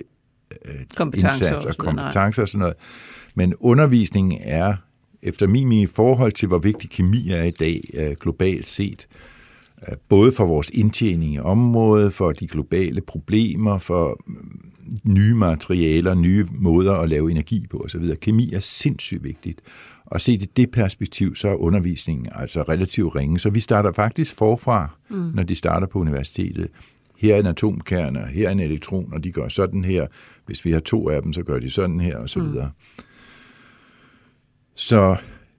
øh, kompetencer indsats og, og kompetencer og sådan noget. Men undervisningen er, efter min mening, i forhold til, hvor vigtig kemi er i dag, øh, globalt set, øh, både for vores indtjening i området, for de globale problemer, for øh, nye materialer, nye måder at lave energi på osv. Kemi er sindssygt vigtigt. Og set i det perspektiv, så er undervisningen altså relativt ringe. Så vi starter faktisk forfra, mm. når de starter på universitetet. Her er en atomkerne, her er en elektron, og de gør sådan her. Hvis vi har to af dem, så gør de sådan her, og så videre. Mm. Så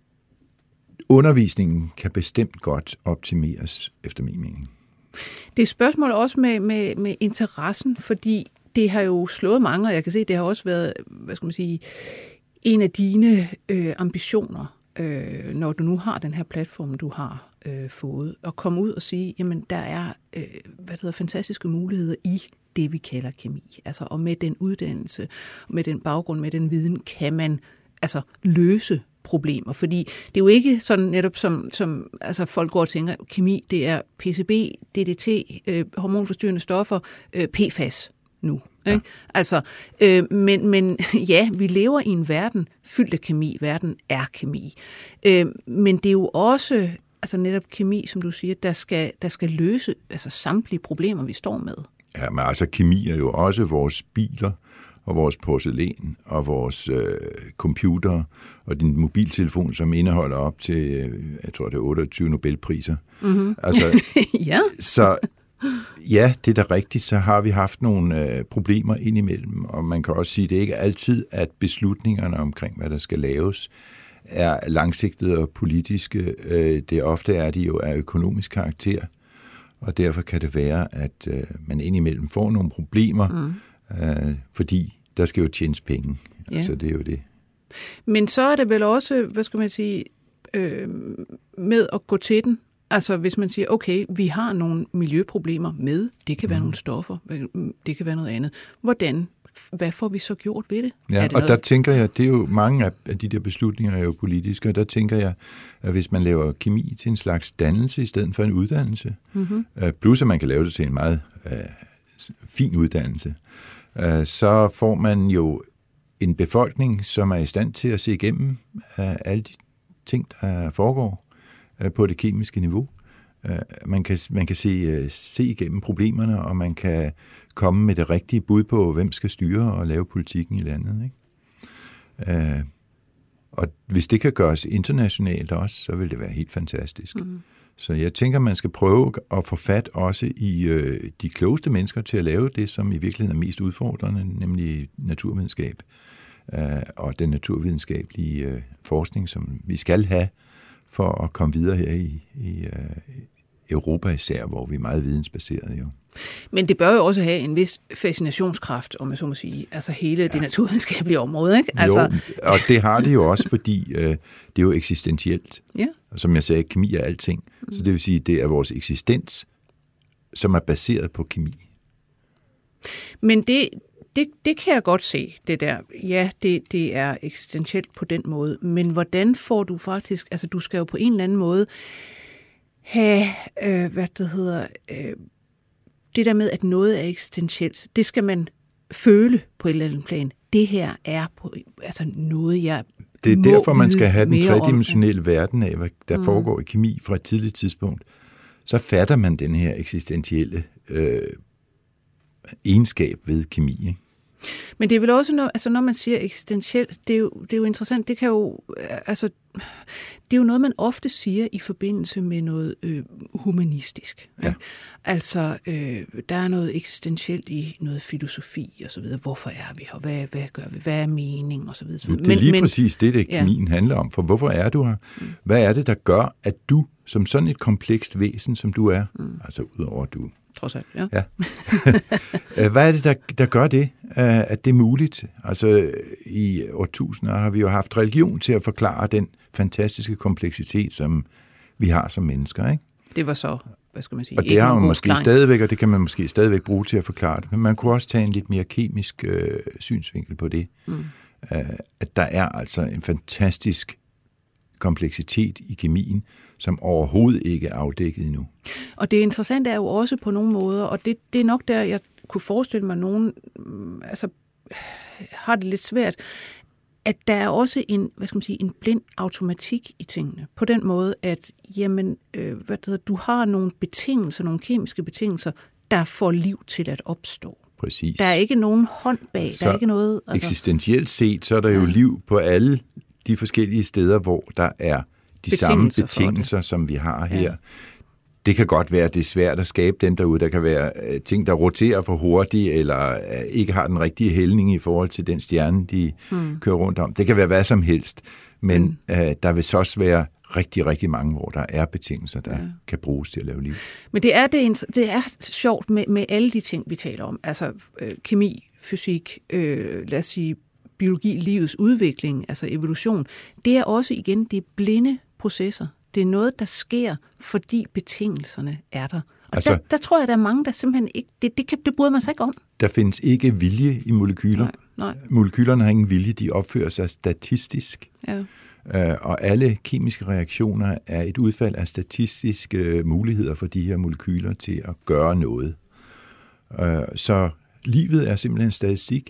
undervisningen kan bestemt godt optimeres, efter min mening. Det er spørgsmål også med, med, med interessen, fordi det har jo slået mange, og jeg kan se, det har også været, hvad skal man sige, en af dine øh, ambitioner, øh, når du nu har den her platform, du har øh, fået, at komme ud og sige, jamen der er øh, hvad det hedder, fantastiske muligheder i det, vi kalder kemi. Altså, og med den uddannelse, med den baggrund, med den viden, kan man altså løse problemer. Fordi det er jo ikke sådan netop, som, som altså folk går og tænker, kemi, det er P C B, D D T, øh, hormonforstyrrende stoffer, øh, P F A S nu. Ja. Ikke? Altså, øh, men, men ja, vi lever i en verden fyldt af kemi. Verden er kemi. Øh, men det er jo også altså netop kemi, som du siger, der skal, der skal løse altså samtlige problemer, vi står med. Ja, men altså kemi er jo også vores biler, og vores porcelæn, og vores øh, computer, og din mobiltelefon, som indeholder op til, øh, jeg tror det er otteogtyve Nobelpriser. Mm-hmm. Altså, ja. Så ja, det er da rigtigt, så har vi haft nogle øh, problemer indimellem, og man kan også sige, at det ikke er altid, at beslutningerne omkring, hvad der skal laves, er langsigtede og politiske. Øh, det ofte er de jo af økonomisk karakter, og derfor kan det være, at øh, man indimellem får nogle problemer, mm. øh, fordi der skal jo tjenes penge. Ja. Så det er jo det. Men så er det vel også, hvad skal man sige, øh, med at gå til den. Altså hvis man siger, okay, vi har nogle miljøproblemer med, det kan være mm. nogle stoffer, det kan være noget andet. Hvordan, hvad får vi så gjort ved det? Ja, det og noget? Der tænker jeg, det er jo mange af de der beslutninger er jo politiske, og der tænker jeg, at hvis man laver kemi til en slags dannelse i stedet for en uddannelse, mm-hmm. plus at man kan lave det til en meget uh, fin uddannelse, uh, så får man jo en befolkning, som er i stand til at se igennem uh, alle de ting, der foregår på det kemiske niveau. Man kan, man kan se, se igennem problemerne, og man kan komme med det rigtige bud på, hvem skal styre og lave politikken i landet. Ikke? Og hvis det kan gøres internationalt også, så vil det være helt fantastisk. Mm. Så jeg tænker, man skal prøve at få fat også i øh, de klogeste mennesker til at lave det, som i virkeligheden er mest udfordrende, nemlig naturvidenskab øh, og den naturvidenskabelige øh, forskning, som vi skal have for at komme videre her i, i øh, Europa især, hvor vi er meget vidensbaserede jo. Men det bør jo også have en vis fascinationskraft, om jeg så må sige, altså hele ja. det naturvidenskabelige område, ikke? Altså... Jo, og det har det jo også, fordi øh, det er jo eksistentielt. Ja. Som jeg sagde, kemi er alting. Mm. Så det vil sige, det er vores eksistens, som er baseret på kemi. Men det, det, det kan jeg godt se, det der. Ja, det, det er eksistentielt på den måde. Men hvordan får du faktisk, altså du skal jo på en eller anden måde have, øh, hvad det hedder... Øh, det der med, at noget er eksistentielt, det skal man føle på et eller andet plan. Det her er på, altså noget, jeg Det er må derfor, man skal have den mere tredimensionelle om. verden af, hvad der mm. foregår i kemi fra et tidligt tidspunkt. Så fatter man den her eksistentielle øh, egenskab ved kemi, ikke? Men det er vel også, når, altså når man siger eksistentielt, det er, jo, det er jo interessant, det kan jo, altså, det er jo noget, man ofte siger i forbindelse med noget øh, humanistisk. Ja. Altså, øh, der er noget eksistentielt i noget filosofi og så videre. Hvorfor er vi her? Hvad, hvad gør vi? Hvad er mening? Og så videre. Det er men, lige men, præcis det, det kemien ja. handler om. For hvorfor er du her? Mm. Hvad er det, der gør, at du, som sådan et komplekst væsen, som du er, mm. altså udover at du trods alt, ja. ja. Hvad er det, der, der gør det, at det er muligt? Altså, i årtusinder har vi jo haft religion til at forklare den fantastiske kompleksitet, som vi har som mennesker, ikke? Det var så, hvad skal man sige, og det har man måske forklaring. stadigvæk, og det kan man måske stadigvæk bruge til at forklare det, men man kunne også tage en lidt mere kemisk øh, synsvinkel på det. Mm. Uh, at der er altså en fantastisk kompleksitet i kemien, som overhovedet ikke er afdækket endnu. Og det interessante er jo også på nogle måder, og det, det er nok der, jeg kunne forestille mig nogen, altså har det lidt svært, at der er også en, hvad skal man sige, en blind automatik i tingene. På den måde, at jamen, øh, hvad det hedder, du har nogle betingelser, nogle kemiske betingelser, der får liv til at opstå. Præcis. Der er ikke nogen hånd bag, så der er ikke noget... Altså, eksistentielt set, så er der jo ja. liv på alle de forskellige steder, hvor der er de betingelser samme betingelser, som vi har her. Ja. Det kan godt være, at det er svært at skabe dem derude. Der kan være ting, der roterer for hurtigt, eller ikke har den rigtige hældning i forhold til den stjerne, de mm. kører rundt om. Det kan være hvad som helst, men mm. øh, der vil så også være rigtig, rigtig mange, hvor der er betingelser, der ja. kan bruges til at lave liv. Men det er, det, det er sjovt med, med alle de ting, vi taler om. Altså øh, kemi, fysik, øh, lad os sige biologi, livets udvikling, altså evolution. Det er også igen, det er blinde processer. Det er noget, der sker, fordi betingelserne er der. Og altså, der, der tror jeg, der er mange, der simpelthen ikke... Det, det, kan, det bryder man sig ikke om. Der findes ikke vilje i molekyler. Nej, nej. Molekylerne har ingen vilje, de opfører sig statistisk. Ja. Uh, og alle kemiske reaktioner er et udfald af statistiske muligheder for de her molekyler til at gøre noget. Uh, så livet er simpelthen statistik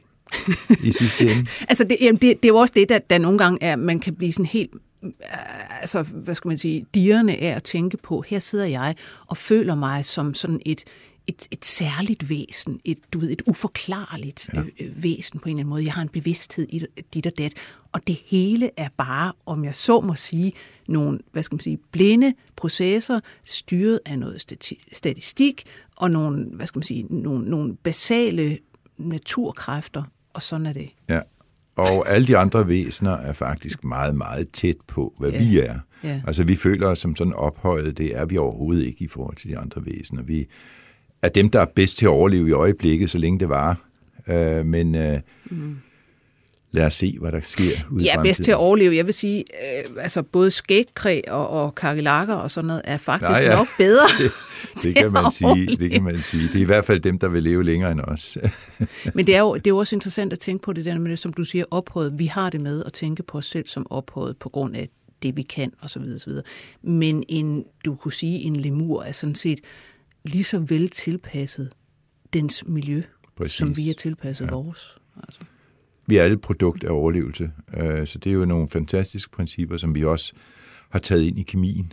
i sidste ende. Altså, det, jamen, det, det er jo også det, der, der nogle gange er, man kan blive sådan helt... altså, hvad skal man sige, dirrende af at tænke på, her sidder jeg og føler mig som sådan et, et, et særligt væsen, et, du ved, et uforklarligt ja. væsen på en eller anden måde. Jeg har en bevidsthed i dit og dat, og det hele er bare, om jeg så må sige, nogle, hvad skal man sige, blinde processer, styret af noget statistik, og nogle, hvad skal man sige, nogle, nogle basale naturkræfter, og sådan er det. Ja. Og alle de andre væsener er faktisk meget, meget tæt på, hvad ja. vi er. Ja. Altså, vi føler os som sådan ophøjet. Det er vi overhovedet ikke i forhold til de andre væsener. Vi er dem, der er bedst til at overleve i øjeblikket, så længe det varer. Uh, men uh, mm. lad os se, hvad der sker ude i fremtiden. Ja, bedst til at overleve. Jeg vil sige, øh, altså både skægkræ og, og kakelakker og sådan noget er faktisk ja, ja. nok bedre det, det kan man sige. Det kan man sige. Det er i hvert fald dem, der vil leve længere end os. Men det er, jo, det er jo også interessant at tænke på det der med det, som du siger, ophøjet. Vi har det med at tænke på os selv som ophøjet på grund af det, vi kan, osv. osv. Men en, du kunne sige, en lemur er sådan set lige så vel tilpasset dens miljø, præcis. Som vi er tilpasset ja. vores. Altså. Vi er alle et produkt af overlevelse, så det er jo nogle fantastiske principper, som vi også har taget ind i kemien,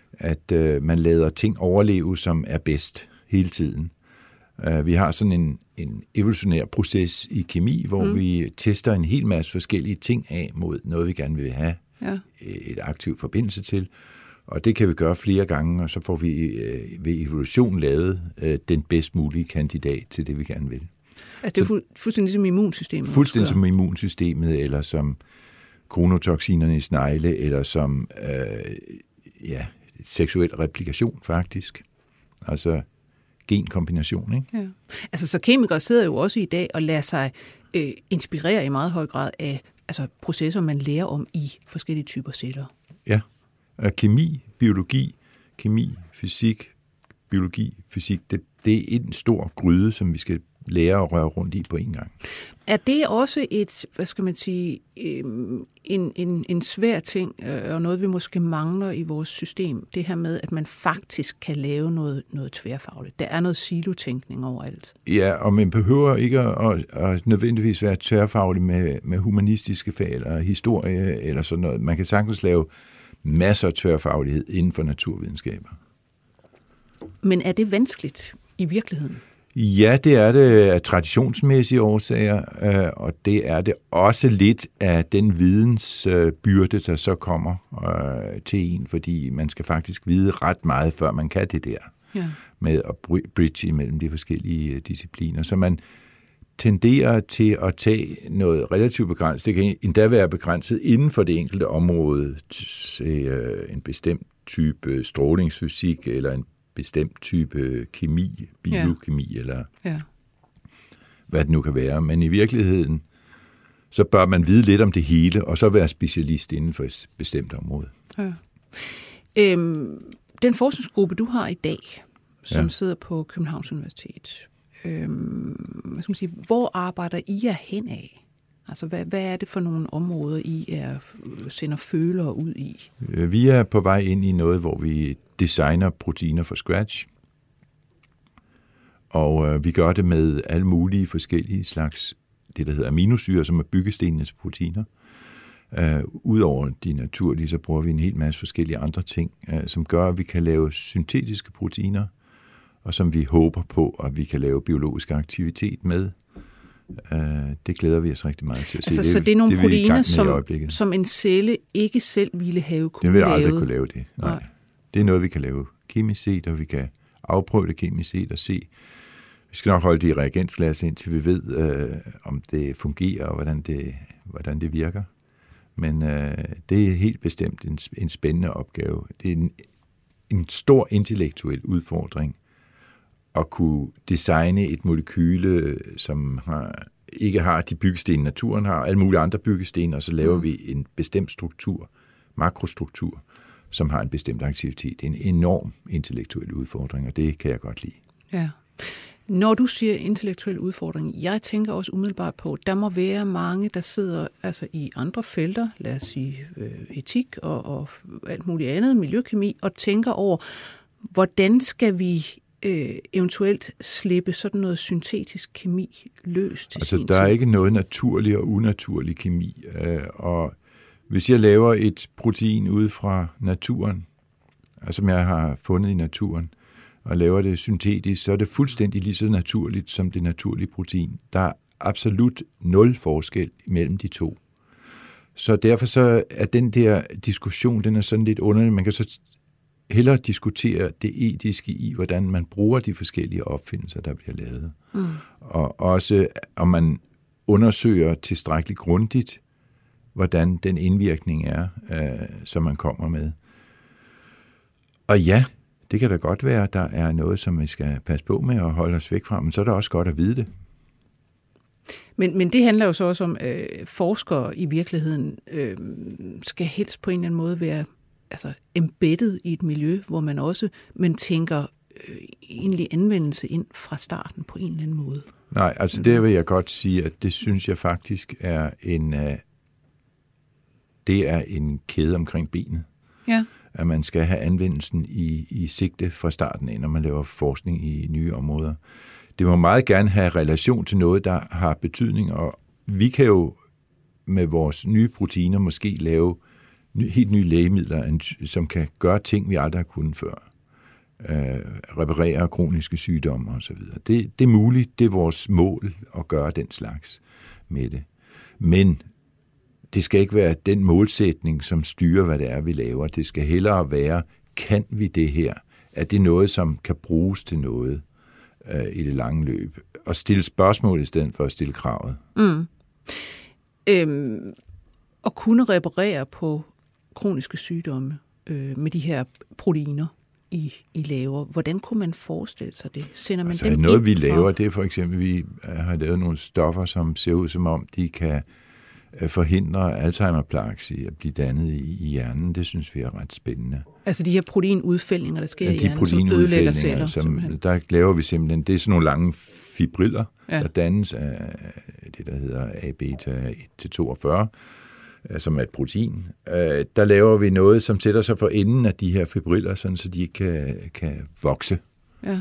at man lader ting overleve, som er bedst hele tiden. Vi har sådan en, en evolutionær proces i kemi, hvor mm. vi tester en hel masse forskellige ting af mod noget, vi gerne vil have ja. et aktivt forbindelse til, og det kan vi gøre flere gange, og så får vi ved evolution lavet den bedst mulige kandidat til det, vi gerne vil. Altså det er fu- fuldstændig ligesom immunsystemet? Fuldstændig som immunsystemet, eller som chronotoksinerne i snegle, eller som øh, ja, seksuel replikation faktisk. Altså genkombination, ikke? Ja. Altså så kemikere sidder jo også i dag og lader sig øh, inspirere i meget høj grad af altså, processer, man lærer om i forskellige typer celler. Ja, og kemi, biologi, kemi, fysik, biologi, fysik, det, det er en stor gryde, som vi skal lære at røre rundt i på en gang. Er det også et, hvad skal man sige, en, en, en svær ting, og noget, vi måske mangler i vores system, det her med, at man faktisk kan lave noget, noget tværfagligt. Der er noget silotænkning overalt. Ja, og man behøver ikke at, at nødvendigvis være tværfaglig med, med humanistiske fag eller historie eller sådan noget. Man kan sagtens lave masser af tværfaglighed inden for naturvidenskaber. Men er det vanskeligt i virkeligheden? Ja, det er det af traditionsmæssige årsager, og det er det også lidt af den vidensbyrde, der så kommer til en, fordi man skal faktisk vide ret meget, før man kan det der ja. med at bridge imellem de forskellige discipliner. Så man tenderer til at tage noget relativt begrænset. Det kan endda være begrænset inden for det enkelte område, en bestemt type strålingsfysik eller en bestemt type kemi, biokemi ja. eller ja. hvad det nu kan være. Men i virkeligheden, så bør man vide lidt om det hele, og så være specialist inden for et bestemt område. Ja. Øhm, den forskningsgruppe, du har i dag, som ja. sidder på Københavns Universitet, øhm, hvad skal man sige, hvor arbejder I jer hen af? Altså, hvad, hvad er det for nogle områder, I er, sender følere ud i? Vi er på vej ind i noget, hvor vi designer proteiner fra scratch. Og øh, vi gør det med alle mulige forskellige slags det, der hedder aminosyre, som er byggestenene til proteiner. Uh, Udover de naturlige, så bruger vi en hel masse forskellige andre ting, uh, som gør, at vi kan lave syntetiske proteiner, og som vi håber på, at vi kan lave biologisk aktivitet med. Uh, det glæder vi os rigtig meget til at se. Altså, det, så det er nogle det, proteiner, som, som en celle ikke selv ville have kunne lave? Det vil aldrig kunne lave det. Nej. Nej. Det er noget, vi kan lave kemisk set, og vi kan afprøve det kemisk set og se. Vi skal nok holde det i reagensglas, indtil vi ved, øh, om det fungerer, og hvordan det, hvordan det virker. Men øh, det er helt bestemt en, en spændende opgave. Det er en, en stor intellektuel udfordring at kunne designe et molekyle, som har, ikke har de byggesten, naturen har, alle mulige andre byggesten, og så laver mm. vi en bestemt struktur, makrostruktur, som har en bestemt aktivitet. En enorm intellektuel udfordring, og det kan jeg godt lide. Ja. Når du siger intellektuel udfordring, jeg tænker også umiddelbart på, der må være mange, der sidder altså i andre felter, lad os sige øh, etik og, og alt muligt andet, miljøkemi, og tænker over, hvordan skal vi øh, eventuelt slippe sådan noget syntetisk kemi løs til altså, sin der er tid? ikke noget naturlig og unaturlig kemi, øh, og hvis jeg laver et protein ude fra naturen, altså som jeg har fundet i naturen, og laver det syntetisk, så er det fuldstændig lige så naturligt som det naturlige protein. Der er absolut nul forskel mellem de to. Så derfor så er den der diskussion, den er sådan lidt underlig. Man kan så hellere diskutere det etiske i, hvordan man bruger de forskellige opfindelser, der bliver lavet. Mm. Og også, om man undersøger tilstrækkeligt grundigt, hvordan den indvirkning er, øh, som man kommer med. Og ja, det kan da godt være, at der er noget, som vi skal passe på med og holde os væk fra, men så er det også godt at vide det. Men, men det handler jo så også om, at øh, forskere i virkeligheden øh, skal helst på en eller anden måde være altså, embedded i et miljø, hvor man også man tænker øh, egentlig anvendelse ind fra starten på en eller anden måde. Nej, altså det vil jeg godt sige, at det synes jeg faktisk er en, uh, det er en kæde omkring benet. Ja. At man skal have anvendelsen i, i sigte fra starten af, når man laver forskning i nye områder. Det må meget gerne have relation til noget, der har betydning, og vi kan jo med vores nye proteiner måske lave ny, helt nye lægemidler, som kan gøre ting, vi aldrig har kunnet før. Uh, reparere kroniske sygdomme osv. Det, det er muligt, det er vores mål at gøre den slags med det. Men det skal ikke være den målsætning, som styrer, hvad det er, vi laver. Det skal hellere være, kan vi det her? Er det noget, som kan bruges til noget øh, i det lange løb? Og stille spørgsmål i stedet for at stille kravet. Mm. Øhm, at kunne reparere på kroniske sygdomme øh, med de her proteiner, I, I laver. Hvordan kunne man forestille sig det? Sender man altså, dem noget, ind vi laver, og... det er for eksempel, vi har lavet nogle stoffer, som ser ud som om, de kan forhindre Alzheimer-plaques i at blive dannet i, i hjernen. Det synes vi er ret spændende. Altså de her proteinudfældninger, der sker ja, i hjernen, som ødelægger celler? Som, der laver vi simpelthen, det er sådan nogle lange fibriller, ja. Der dannes af det, der hedder A-beta et til toogfyrre, som er et protein. Der laver vi noget, som sætter sig for enden af de her fibriller, sådan, så de ikke kan, kan vokse. Ja.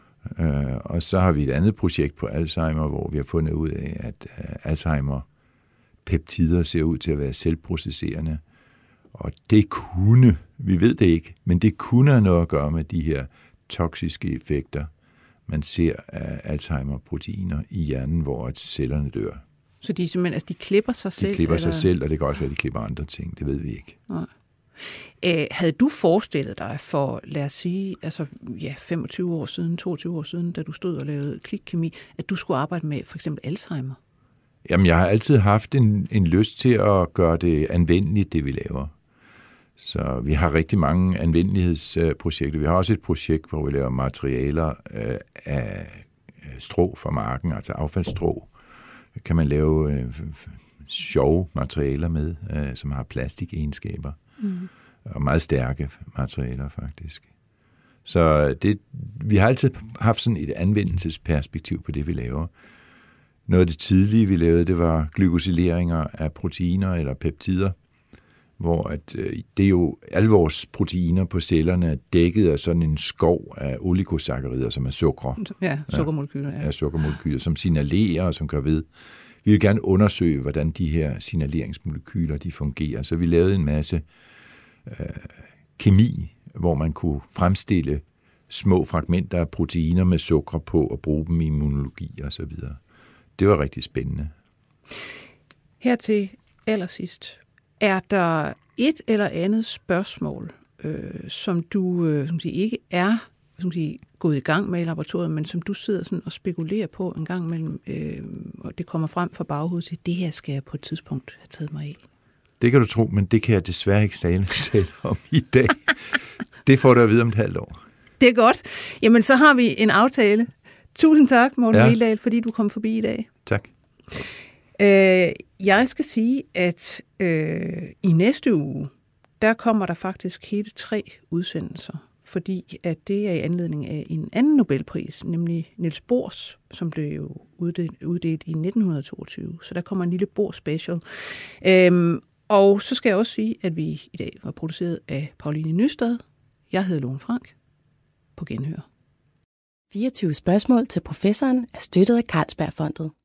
Og så har vi et andet projekt på Alzheimer, hvor vi har fundet ud af, at Alzheimer peptider ser ud til at være selvprocesserende. Og det kunne, vi ved det ikke, men det kunne have noget at gøre med de her toksiske effekter, man ser af Alzheimer-proteiner i hjernen, hvor cellerne dør. Så de simpelthen, altså de klipper sig selv? De klipper eller? sig selv, og det kan også være, at de klipper andre ting. Det ved vi ikke. Nej. Æh, havde du forestillet dig for, lad os sige, altså ja, femogtyve år siden, toogtyve år siden, da du stod og lavede klikkemi, at du skulle arbejde med for eksempel Alzheimer? Jamen, jeg har altid haft en, en lyst til at gøre det anvendeligt, det vi laver. Så vi har rigtig mange anvendelighedsprojekter. Vi har også et projekt, hvor vi laver materialer øh, af strå fra marken, altså affaldsstrå. Kan man lave øh, sjove materialer med, øh, som har plastikegenskaber. Mm. Og meget stærke materialer, faktisk. Så det, vi har altid haft sådan et anvendelsesperspektiv på det, vi laver. Noget af det tidlige, vi lavede, det var glykosyleringer af proteiner eller peptider, hvor at, øh, det er jo alle vores proteiner på cellerne er dækket af sådan en skov af oligosakkarider, som er sukker. Ja, sukkermolekyler. Ja, ja sukkermolekyler, som signalerer og som gør ved, vi vil gerne undersøge, hvordan de her signaleringsmolekyler de fungerer. Så vi lavede en masse øh, kemi, hvor man kunne fremstille små fragmenter af proteiner med sukker på og bruge dem i immunologi og så videre. Det var rigtig spændende. Her til allersidst, er der et eller andet spørgsmål, øh, som du øh, som siger, ikke er som siger, gået i gang med i laboratoriet, men som du sidder sådan og spekulerer på en gang imellem, øh, og det kommer frem fra baghovedet til, det her skal jeg på et tidspunkt have taget mig af? Det kan du tro, men det kan jeg desværre ikke tale om i dag. Det får du at vide om et halvt år. Det er godt. Jamen, så har vi en aftale. Tusind tak, Morten Meldal, ja. fordi du kom forbi i dag. Tak. Øh, jeg skal sige, at øh, i næste uge, der kommer der faktisk hele tre udsendelser, fordi at det er i anledning af en anden Nobelpris, nemlig Niels Bohrs, som blev uddelt, uddelt i nitten toogtyve. Så der kommer en lille Bohr special. Øhm, og så skal jeg også sige, at vi i dag var produceret af Pauline Nystad. Jeg hedder Lone Frank. På genhør. fireogtyve spørgsmål til professoren er støttet af Carlsbergfondet.